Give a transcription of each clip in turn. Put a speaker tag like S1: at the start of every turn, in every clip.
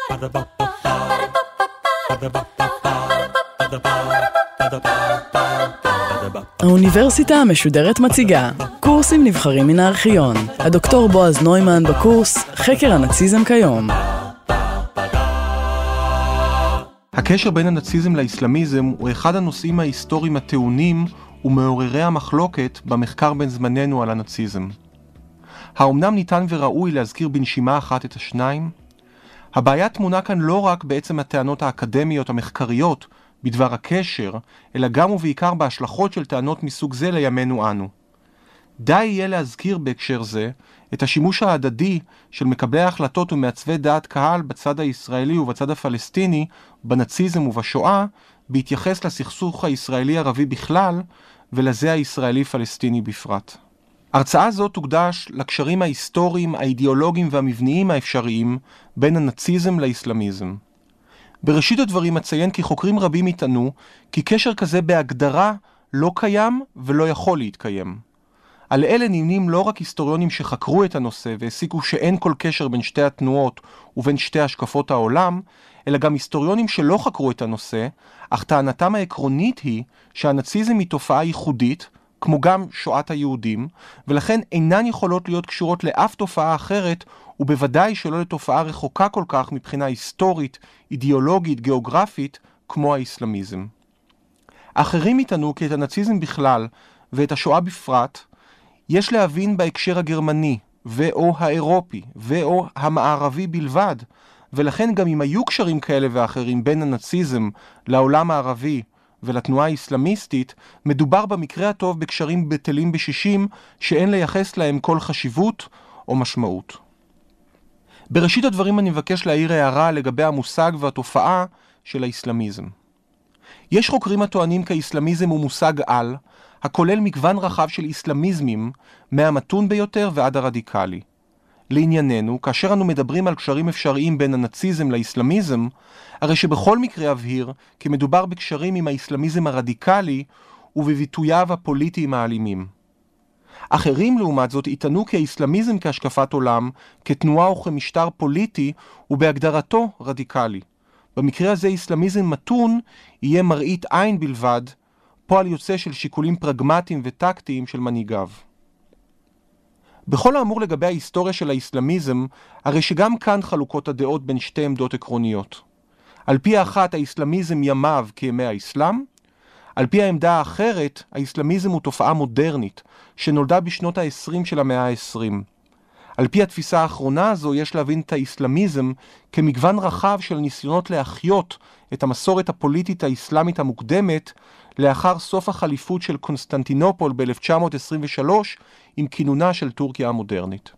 S1: האוניברסיטה המשודרת מציגה קורסים נבחרים מן הארכיון. הדוקטור בועז נוימן בקורס חקר הנאציזם כיום.
S2: הקשר בין הנאציזם לאסלאמיזם הוא אחד הנושאים ההיסטוריים הטעונים ומעוררי המחלוקת במחקר בין זמננו על הנאציזם. האומנם ניתן וראוי להזכיר בנשימה אחת את השניים? הבעיה תמונה כאן לא רק בעצם הטענות האקדמיות המחקריות בדבר הקשר, אלא גם ובעיקר בהשלכות של טענות מסוג זה לימינו אנו. די יהיה להזכיר בהקשר זה את השימוש ההדדי של מקבלי ההחלטות ומעצבי דעת קהל בצד הישראלי ובצד הפלסטיני, בנאציזם ובשואה, בהתייחס לסכסוך הישראלי-ערבי בכלל ולזה הישראלי-פלסטיני בפרט. הרצאה זו תוקדש לקשרים ההיסטוריים, האידיאולוגיים והמבניים האפשריים בין הנאציזם לאסלאמיזם. בראשית הדברים אציין כי חוקרים רבים יטענו כי קשר כזה בהגדרה לא קיים ולא יכול להתקיים. על אלה נמנים לא רק היסטוריונים שחקרו את הנושא והסיקו שאין כל קשר בין שתי התנועות ובין שתי השקפות העולם, אלא גם היסטוריונים שלא חקרו את הנושא, אך טענתם העקרונית היא שהנאציזם היא תופעה ייחודית, כמו גם שואת היהודים, ולכן אינן יכולות להיות קשורות לאף תופעה אחרת, ובוודאי שלא לתופעה רחוקה כל כך מבחינה היסטורית, אידיאולוגית, גיאוגרפית, כמו האסלאמיזם. אחרים יטענו כי את הנאציזם בכלל ואת השואה בפרט, יש להבין בהקשר הגרמני, ואו האירופי, ואו המערבי בלבד, ולכן גם אם היו קשרים כאלה ואחרים בין הנאציזם לעולם הערבי ולתנועה האסלאמיסטית, מדובר במקרה הטוב בקשרים בטלים בשישים שאין לייחס להם כל חשיבות או משמעות. בראשית הדברים אני מבקש להעיר הערה לגבי המושג והתופעה של האסלאמיזם. יש חוקרים הטוענים כי האסלאמיזם הוא מושג על, הכולל מגוון רחב של אסלאמיזמים, מהמתון ביותר ועד הרדיקלי. לענייננו, כאשר אנו מדברים על קשרים אפשריים בין הנאציזם לאסלאמיזם, הרי שבכל מקרה אבהיר כי מדובר בקשרים עם האסלאמיזם הרדיקלי ובביטוייו הפוליטיים האלימים. אחרים לעומת זאת יטענו כי האסלאמיזם כהשקפת עולם, כתנועה וכמשטר פוליטי, הוא בהגדרתו רדיקלי. במקרה הזה אסלאמיזם מתון יהיה מראית עין בלבד, פועל יוצא של שיקולים פרגמטיים וטקטיים של מנהיגיו. בכל האמור לגבי ההיסטוריה של האסלאמיזם, הרי שגם כאן חלוקות הדעות בין שתי עמדות עקרוניות. על פי האחת, האסלאמיזם ימיו כימי האסלאם, על פי העמדה האחרת, האסלאמיזם הוא תופעה מודרנית, שנולדה בשנות ה-20 של המאה ה-20. על פי התפיסה האחרונה הזו, יש להבין את האסלאמיזם כמגוון רחב של ניסיונות להחיות את המסורת הפוליטית האסלאמית המוקדמת, לאחר סוף החליפות של קונסטנטינופול ב-1923 עם כינונה של טורקיה המודרנית.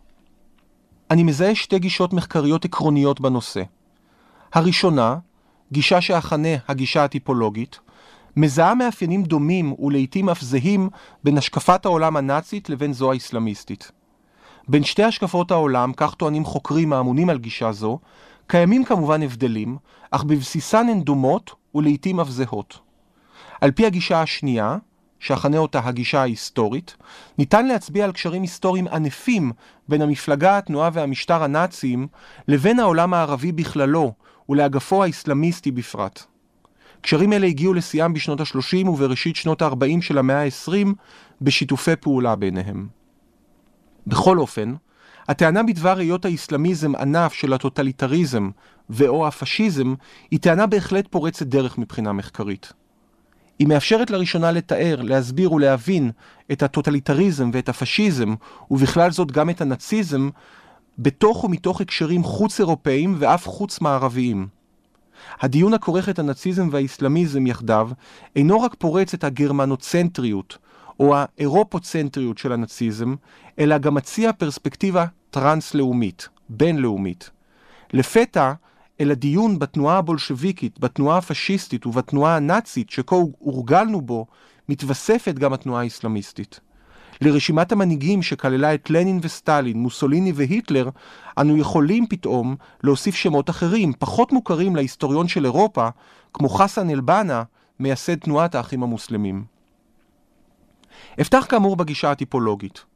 S2: אני מזהה שתי גישות מחקריות עקרוניות בנושא. הראשונה, גישה שאכנה הגישה הטיפולוגית, מזהה מאפיינים דומים ולעיתים אף זהים בין השקפת העולם הנאצית לבין זו האסלאמיסטית. בין שתי השקפות העולם, כך טוענים חוקרים האמונים על גישה זו, קיימים כמובן הבדלים, אך בבסיסן הן דומות ולעיתים אף זהות. על פי הגישה השנייה, שאכנה אותה הגישה ההיסטורית, ניתן להצביע על קשרים היסטוריים ענפים בין המפלגה, התנועה והמשטר הנאציים לבין העולם הערבי בכללו ולאגפו האסלאמיסטי בפרט. קשרים אלה הגיעו לשיאם בשנות ה-30 ובראשית שנות ה-40 של המאה ה-20 בשיתופי פעולה ביניהם. בכל אופן, הטענה בדבר היות האסלאמיזם ענף של הטוטליטריזם ואו הפשיזם היא טענה בהחלט פורצת דרך מבחינה מחקרית. היא מאפשרת לראשונה לתאר, להסביר ולהבין את הטוטליטריזם ואת הפשיזם, ובכלל זאת גם את הנאציזם, בתוך ומתוך הקשרים חוץ אירופאים ואף חוץ מערביים. הדיון הכורך את הנאציזם והאסלאמיזם יחדיו, אינו רק פורץ את הגרמנוצנטריות, או האירופוצנטריות של הנאציזם, אלא גם מציע פרספקטיבה טרנס-לאומית, בינלאומית. לפתע, אל הדיון בתנועה הבולשביקית, בתנועה הפשיסטית ובתנועה הנאצית שכה הורגלנו בו, מתווספת גם התנועה האסלאמיסטית. לרשימת המנהיגים שכללה את לנין וסטלין, מוסוליני והיטלר, אנו יכולים פתאום להוסיף שמות אחרים, פחות מוכרים להיסטוריון של אירופה, כמו חסן אל-בנה, מייסד תנועת האחים המוסלמים. אפתח כאמור בגישה הטיפולוגית.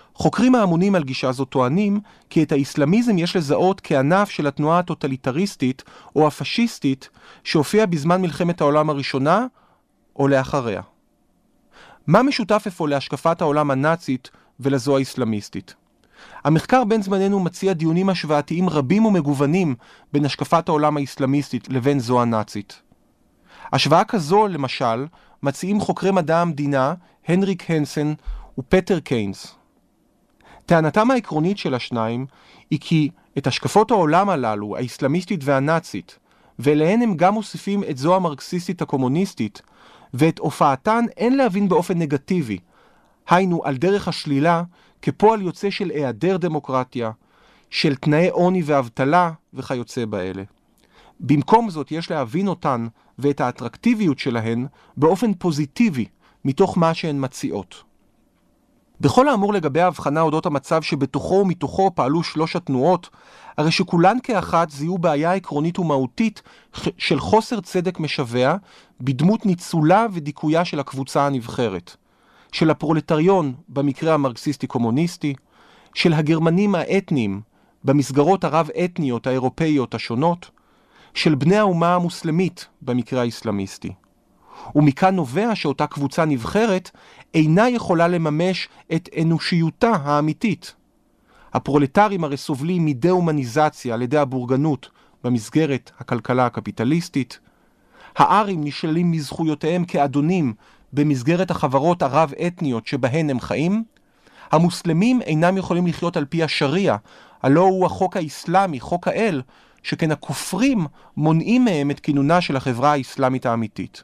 S2: חוקרים האמונים על גישה זו טוענים כי את האסלאמיזם יש לזהות כענף של התנועה הטוטליטריסטית או הפשיסטית שהופיעה בזמן מלחמת העולם הראשונה או לאחריה. מה משותף אפוא להשקפת העולם הנאצית ולזו האסלאמיסטית? המחקר בין זמננו מציע דיונים השוואתיים רבים ומגוונים בין השקפת העולם האסלאמיסטית לבין זו הנאצית. השוואה כזו, למשל, מציעים חוקרי מדע המדינה, הנריק הנסן ופטר קיינס. טענתם העקרונית של השניים היא כי את השקפות העולם הללו, האסלאמיסטית והנאצית, ואליהן הם גם מוסיפים את זו המרקסיסטית הקומוניסטית, ואת הופעתן אין להבין באופן נגטיבי, היינו על דרך השלילה, כפועל יוצא של היעדר דמוקרטיה, של תנאי עוני ואבטלה וכיוצא באלה. במקום זאת יש להבין אותן ואת האטרקטיביות שלהן באופן פוזיטיבי מתוך מה שהן מציעות. בכל האמור לגבי ההבחנה אודות המצב שבתוכו ומתוכו פעלו שלוש התנועות, הרי שכולן כאחת זיהו בעיה עקרונית ומהותית של חוסר צדק משווה בדמות ניצולה ודיכויה של הקבוצה הנבחרת, של הפרולטריון במקרה המרקסיסטי-קומוניסטי, של הגרמנים האתניים במסגרות הרב-אתניות האירופאיות השונות, של בני האומה המוסלמית במקרה האסלאמיסטי. ומכאן נובע שאותה קבוצה נבחרת אינה יכולה לממש את אנושיותה האמיתית. הפרולטרים הרי סובלים מדה-הומניזציה על ידי הבורגנות במסגרת הכלכלה הקפיטליסטית. הארים נשללים מזכויותיהם כאדונים במסגרת החברות הרב-אתניות שבהן הם חיים. המוסלמים אינם יכולים לחיות על פי השריעה, הלא הוא החוק האסלאמי, חוק האל, שכן הכופרים מונעים מהם את כינונה של החברה האסלאמית האמיתית.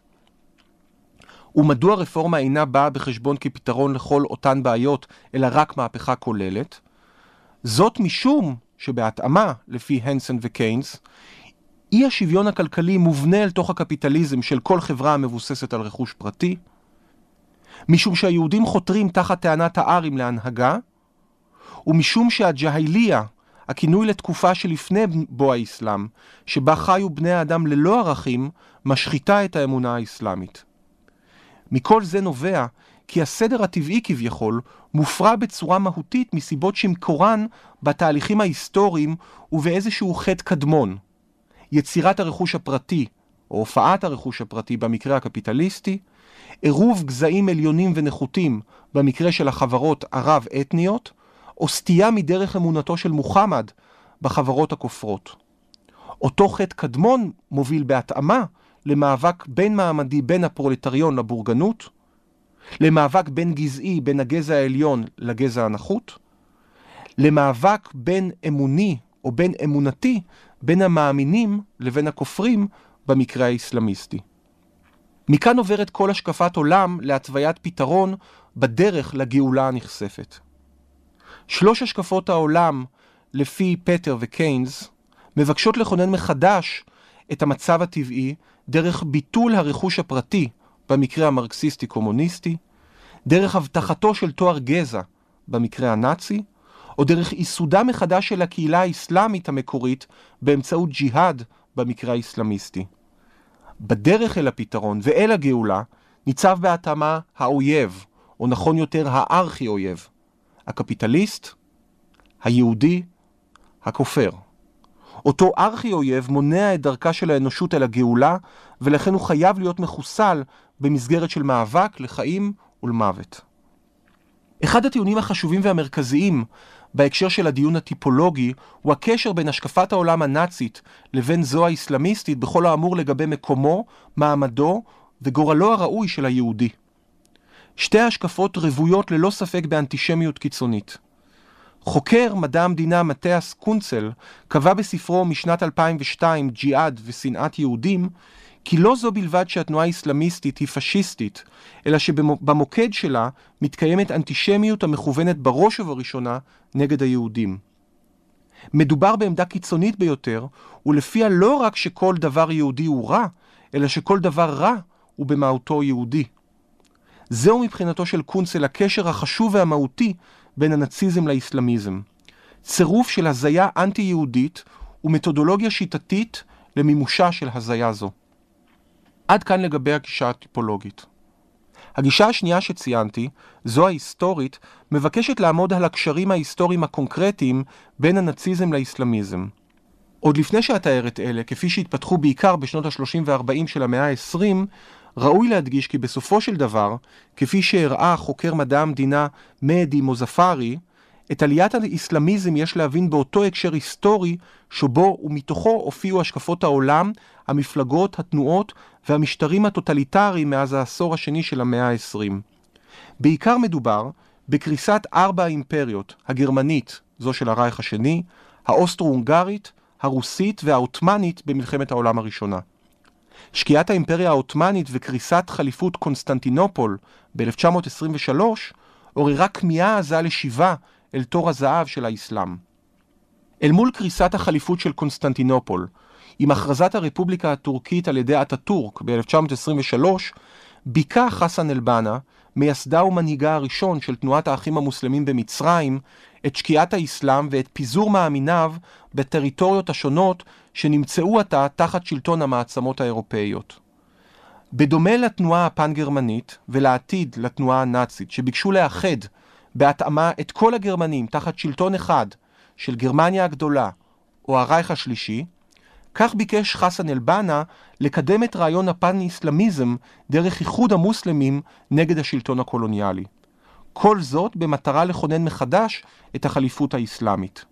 S2: ומדוע רפורמה אינה באה בחשבון כפתרון לכל אותן בעיות, אלא רק מהפכה כוללת? זאת משום שבהתאמה, לפי הנסן וקיינס, אי השוויון הכלכלי מובנה אל תוך הקפיטליזם של כל חברה המבוססת על רכוש פרטי, משום שהיהודים חותרים תחת טענת הארים להנהגה, ומשום שהג'היליה, הכינוי לתקופה שלפני בוא האסלאם, שבה חיו בני האדם ללא ערכים, משחיתה את האמונה האסלאמית. מכל זה נובע כי הסדר הטבעי כביכול מופרע בצורה מהותית מסיבות שמקורן בתהליכים ההיסטוריים ובאיזשהו חטא קדמון. יצירת הרכוש הפרטי, או הופעת הרכוש הפרטי במקרה הקפיטליסטי, עירוב גזעים עליונים ונחותים במקרה של החברות הרב-אתניות, או סטייה מדרך אמונתו של מוחמד בחברות הכופרות. אותו חטא קדמון מוביל בהתאמה למאבק בין מעמדי בין הפרולטריון לבורגנות, למאבק בין גזעי בין הגזע העליון לגזע הנחות, למאבק בין אמוני או בין אמונתי בין המאמינים לבין הכופרים במקרה האסלאמיסטי. מכאן עוברת כל השקפת עולם להתוויית פתרון בדרך לגאולה הנחשפת. שלוש השקפות העולם, לפי פטר וקיינס, מבקשות לכונן מחדש את המצב הטבעי דרך ביטול הרכוש הפרטי במקרה המרקסיסטי-קומוניסטי, דרך הבטחתו של תואר גזע במקרה הנאצי, או דרך ייסודה מחדש של הקהילה האסלאמית המקורית באמצעות ג'יהאד במקרה האסלאמיסטי. בדרך אל הפתרון ואל הגאולה ניצב בהתאמה האויב, או נכון יותר הארכי-אויב, הקפיטליסט, היהודי, הכופר. אותו ארכי-אויב מונע את דרכה של האנושות אל הגאולה, ולכן הוא חייב להיות מחוסל במסגרת של מאבק לחיים ולמוות. אחד הטיעונים החשובים והמרכזיים בהקשר של הדיון הטיפולוגי הוא הקשר בין השקפת העולם הנאצית לבין זו האסלאמיסטית בכל האמור לגבי מקומו, מעמדו וגורלו הראוי של היהודי. שתי ההשקפות רבויות ללא ספק באנטישמיות קיצונית. חוקר מדע המדינה מתיאס קונצל קבע בספרו משנת 2002 ג'יהאד ושנאת יהודים כי לא זו בלבד שהתנועה האסלאמיסטית היא פשיסטית, אלא שבמוקד שלה מתקיימת אנטישמיות המכוונת בראש ובראשונה נגד היהודים. מדובר בעמדה קיצונית ביותר, ולפיה לא רק שכל דבר יהודי הוא רע, אלא שכל דבר רע הוא במהותו יהודי. זהו מבחינתו של קונצל הקשר החשוב והמהותי בין הנאציזם לאסלאמיזם. צירוף של הזיה אנטי-יהודית ומתודולוגיה שיטתית למימושה של הזיה זו. עד כאן לגבי הגישה הטיפולוגית. הגישה השנייה שציינתי, זו ההיסטורית, מבקשת לעמוד על הקשרים ההיסטוריים הקונקרטיים בין הנאציזם לאסלאמיזם. עוד לפני שאתאר את אלה, כפי שהתפתחו בעיקר בשנות ה-30 וה-40 של המאה ה-20, ראוי להדגיש כי בסופו של דבר, כפי שהראה חוקר מדע המדינה מהדי מוזפרי, את עליית האסלאמיזם יש להבין באותו הקשר היסטורי שבו ומתוכו הופיעו השקפות העולם, המפלגות, התנועות והמשטרים הטוטליטריים מאז העשור השני של המאה ה-20. בעיקר מדובר בקריסת 4 האימפריות, הגרמנית, זו של הרייך השני, האוסטרו-הונגרית, הרוסית והעות'מאנית במלחמת העולם הראשונה. שקיעת האימפריה העות'מאנית וקריסת חליפות קונסטנטינופול ב-1923 עוררה כמיהה עזה לשיבה אל תור הזהב של האסלאם. אל מול קריסת החליפות של קונסטנטינופול, עם הכרזת הרפובליקה הטורקית על ידי אטאטורק ב-1923, ביקע חסן אל-בנה, מייסדה ומנהיגה הראשון של תנועת האחים המוסלמים במצרים, את שקיעת האסלאם ואת פיזור מאמיניו בטריטוריות השונות שנמצאו עתה תחת שלטון המעצמות האירופאיות. בדומה לתנועה הפן-גרמנית ולעתיד לתנועה הנאצית שביקשו לאחד בהתאמה את כל הגרמנים תחת שלטון אחד של גרמניה הגדולה או הרייך השלישי, כך ביקש חסן אל-בנה לקדם את רעיון הפן-איסלאמיזם דרך איחוד המוסלמים נגד השלטון הקולוניאלי. כל זאת במטרה לכונן מחדש את החליפות האסלאמית.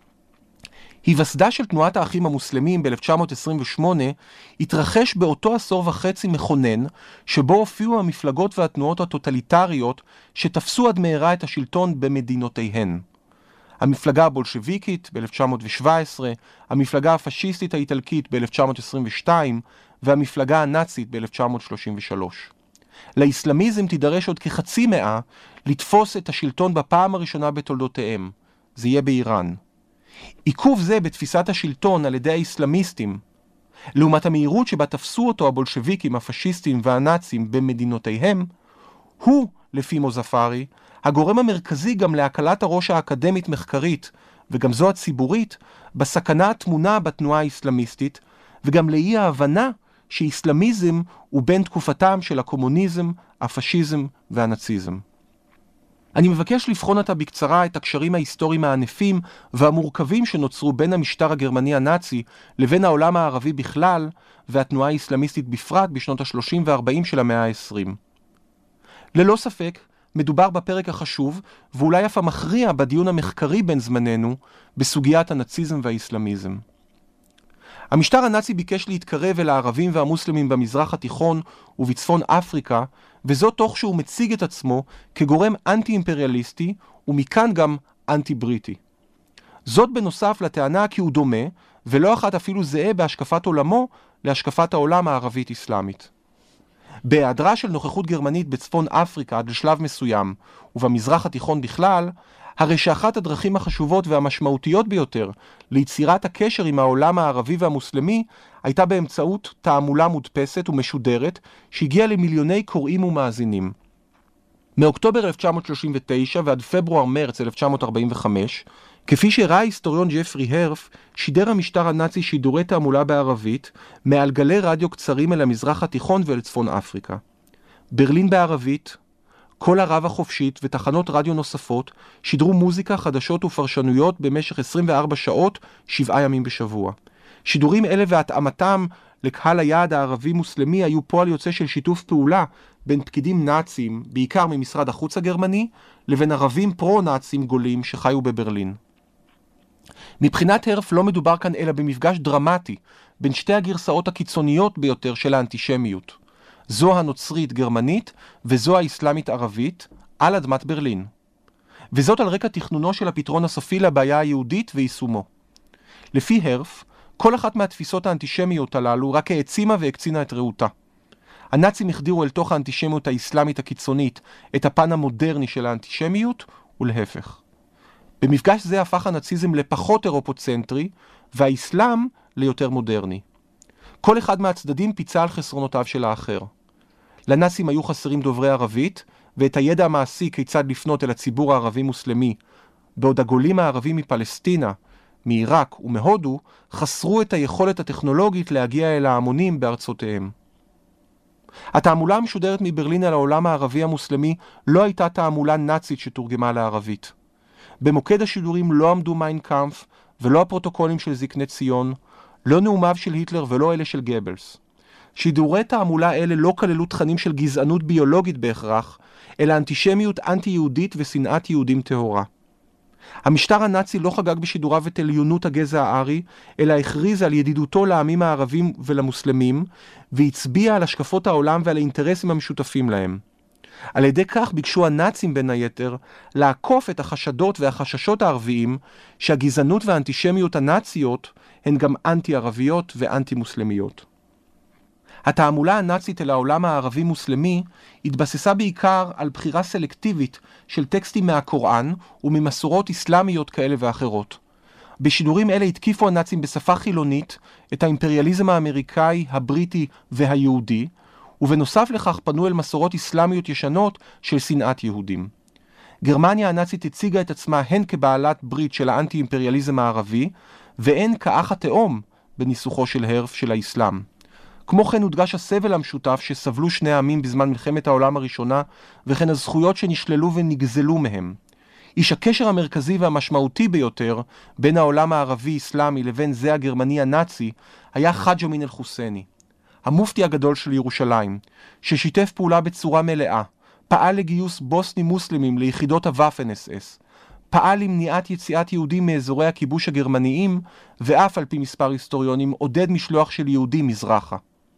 S2: היווסדה של תנועת האחים המוסלמים ב-1928 התרחש באותו עשור וחצי מכונן שבו הופיעו המפלגות והתנועות הטוטליטריות שתפסו עד מהרה את השלטון במדינותיהן. המפלגה הבולשביקית ב-1917, המפלגה הפשיסטית האיטלקית ב-1922 והמפלגה הנאצית ב-1933. לאסלאמיזם תידרש עוד כחצי מאה לתפוס את השלטון בפעם הראשונה בתולדותיהם. זה יהיה באיראן. עיכוב זה בתפיסת השלטון על ידי האסלאמיסטים, לעומת המהירות שבה תפסו אותו הבולשביקים, הפשיסטים והנאצים במדינותיהם, הוא, לפי מוזפרי, הגורם המרכזי גם להקלת הראש האקדמית מחקרית, וגם זו הציבורית, בסכנה התמונה בתנועה האסלאמיסטית, וגם לאי ההבנה שאסלאמיזם הוא בין תקופתם של הקומוניזם, הפשיזם והנאציזם. אני מבקש לבחון אותה בקצרה את הקשרים ההיסטוריים הענפים והמורכבים שנוצרו בין המשטר הגרמני הנאצי לבין העולם הערבי בכלל והתנועה האסלאמיסטית בפרט בשנות ה-30 וה-40 של המאה ה-20. ללא ספק, מדובר בפרק החשוב ואולי אף המכריע בדיון המחקרי בין זמננו בסוגיית הנאציזם והאסלאמיזם. המשטר הנאצי ביקש להתקרב אל הערבים והמוסלמים במזרח התיכון ובצפון אפריקה, וזאת תוך שהוא מציג את עצמו כגורם אנטי-אימפריאליסטי ומכאן גם אנטי-בריטי. זאת בנוסף לטענה כי הוא דומה, ולא אחת אפילו זהה בהשקפת עולמו להשקפת העולם הערבית-אסלאמית. בהיעדרה של נוכחות גרמנית בצפון אפריקה עד לשלב מסוים, ובמזרח התיכון בכלל, הרי שאחת הדרכים החשובות והמשמעותיות ביותר ליצירת הקשר עם העולם הערבי והמוסלמי הייתה באמצעות תעמולה מודפסת ומשודרת שהגיעה למיליוני קוראים ומאזינים. מאוקטובר 1939 ועד פברואר-מרץ 1945, כפי שראה ההיסטוריון ג'פרי הרף, שידר המשטר הנאצי שידורי תעמולה בערבית מעל גלי רדיו קצרים אל המזרח התיכון ואל צפון אפריקה. ברלין בערבית, כל ערב החופשית ותחנות רדיו נוספות שידרו מוזיקה, חדשות ופרשנויות במשך 24 שעות, 7 ימים בשבוע. שידורים אלה והתאמתם לקהל היעד הערבי-מוסלמי היו פועל יוצא של שיתוף פעולה בין פקידים נאצים, בעיקר ממשרד החוץ הגרמני, לבין ערבים פרו-נאצים גולים שחיו בברלין. מבחינת הרף לא מדובר כאן אלא במפגש דרמטי בין שתי הגרסאות הקיצוניות ביותר של האנטישמיות. זו הנוצרית גרמנית וזו האסלאמית ערבית על אדמת ברלין. וזאת על רקע תכנונו של הפתרון הסופי לבעיה היהודית ויישומו. לפי הרף, כל אחת מהתפיסות האנטישמיות הללו רק העצימה והקצינה את רעותה. הנאצים החדירו אל תוך האנטישמיות האסלאמית הקיצונית את הפן המודרני של האנטישמיות ולהפך. במפגש זה הפך הנאציזם לפחות אירופוצנטרי והאסלאם ליותר מודרני. כל אחד מהצדדים פיצה על חסרונותיו של האחר. לנאצים היו חסרים דוברי ערבית ואת הידע המעשי כיצד לפנות אל הציבור הערבי-מוסלמי, בעוד הגולים הערבים מפלסטינה, מעיראק ומהודו חסרו את היכולת הטכנולוגית להגיע אל ההמונים בארצותיהם. התעמולה המשודרת מברלין על העולם הערבי המוסלמי לא הייתה תעמולה נאצית שתורגמה לערבית. במוקד השידורים לא עמדו מיין קאמפף ולא הפרוטוקולים של זקני ציון, לא נאומיו של היטלר ולא אלה של גבלס. שידורי תעמולה אלה לא כללו תכנים של גזענות ביולוגית בהכרח, אלא אנטישמיות אנטי-יהודית ושנאת יהודים טהורה. המשטר הנאצי לא חגג בשידוריו את עליונות הגזע הארי, אלא הכריז על ידידותו לעמים הערבים ולמוסלמים, והצביע על השקפות העולם ועל האינטרסים המשותפים להם. על ידי כך ביקשו הנאצים בין היתר לעקוף את החשדות והחששות הערביים שהגזענות והאנטישמיות הנאציות הן גם אנטי-ערביות ואנטי-מוסלמיות. התעמולה הנאצית אל העולם הערבי-מוסלמי התבססה בעיקר על בחירה סלקטיבית של טקסטים מהקוראן וממסורות אסלאמיות כאלה ואחרות. בשידורים אלה התקיפו הנאצים בשפה חילונית את האימפריאליזם האמריקאי, הבריטי והיהודי, ובנוסף לכך פנו אל מסורות אסלאמיות ישנות של שנאת יהודים. גרמניה הנאצית הציגה את עצמה הן כבעלת ברית של האנטי-אימפריאליזם הערבי, והן כאח התאום בניסוחו של הרף של האסלאם. כמו כן הודגש הסבל המשותף שסבלו שני העמים בזמן מלחמת העולם הראשונה, וכן הזכויות שנשללו ונגזלו מהם. איש הקשר המרכזי והמשמעותי ביותר בין העולם הערבי-אסלאמי לבין זה הגרמני הנאצי היה חאג' אמין אל-חוסייני, המופתי הגדול של ירושלים, ששיתף פעולה בצורה מלאה, פעל לגיוס בוסנים מוסלמים ליחידות הוואפן אס-אס, פעל למניעת יציאת יהודים מאזורי הכיבוש הגרמניים, ואף על פי מספר היסטוריונים עודד משלוח של יהודים מזרחה.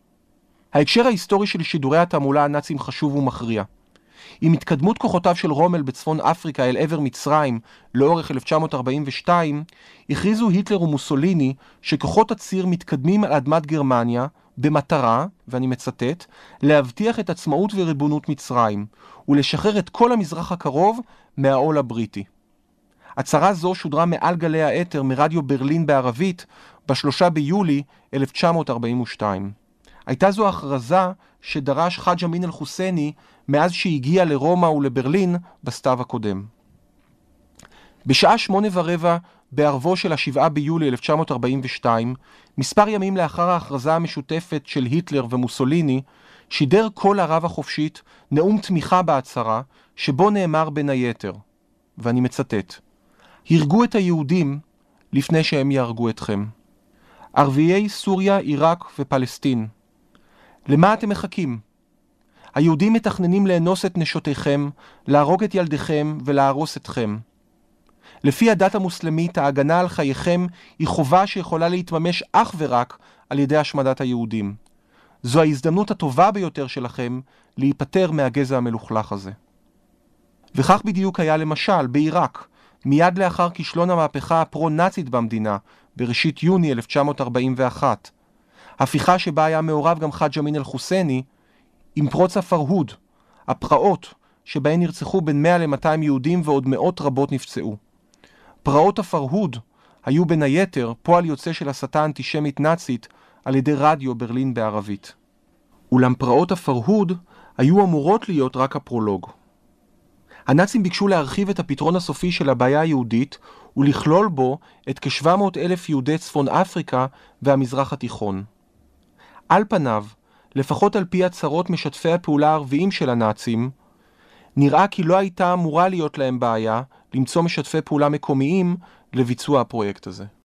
S2: ההקשר ההיסטורי של שידורי התעמולה הנאצים חשוב ומכריע. עם התקדמות כוחותיו של רומל בצפון אפריקה אל עבר מצרים לאורך 1942, הכריזו היטלר ומוסוליני שכוחות הציר מתקדמים על אדמת גרמניה במטרה, ואני מצטט, להבטיח את עצמאות וריבונות מצרים ולשחרר את כל המזרח הקרוב מהעול הבריטי. הצהרה זו שודרה מעל גלי האתר מרדיו ברלין בערבית ב-3 ביולי 1942. הייתה זו הכרזה שדרש חאג' אמין אל-חוסייני מאז שהגיע לרומא ולברלין בסתיו הקודם. בשעה 8:15 בערבו של 7 ביולי 1942, מספר ימים לאחר ההכרזה המשותפת של היטלר ומוסוליני, שידר כל ערב החופשית נאום תמיכה בהצהרה, שבו נאמר בין היתר, ואני מצטט, הרגו את היהודים לפני שהם יהרגו אתכם. ערביי סוריה, עיראק ופלסטין. למה אתם מחכים? היהודים מתכננים לאנוס את נשותיכם, להרוג את ילדיכם ולהרוס אתכם. לפי הדת המוסלמית, ההגנה על חייכם היא חובה שיכולה להתממש אך ורק על ידי השמדת היהודים. זו ההזדמנות הטובה ביותר שלכם להיפטר מהגזע המלוכלך הזה. וכך בדיוק היה למשל בעיראק, מיד לאחר כישלון המהפכה הפרו-נאצית במדינה, בראשית יוני 1941. הפיכה שבה היה מעורב גם חאג' אמין אל-חוסייני, עם פרוץ הפרהוד, הפרעות שבהן נרצחו בין 100 ל-200 יהודים ועוד מאות רבות נפצעו. פרעות הפרהוד היו בין היתר פועל יוצא של הסתה אנטישמית נאצית על ידי רדיו ברלין בערבית. אולם פרעות הפרהוד היו אמורות להיות רק הפרולוג. הנאצים ביקשו להרחיב את הפתרון הסופי של הבעיה היהודית ולכלול בו את כ-700,000 יהודי צפון אפריקה והמזרח התיכון. על פניו, לפחות על פי הצהרות משתפי הפעולה הערביים של הנאצים, נראה כי לא הייתה אמורה להיות להם בעיה למצוא משתפי פעולה מקומיים לביצוע הפרויקט הזה.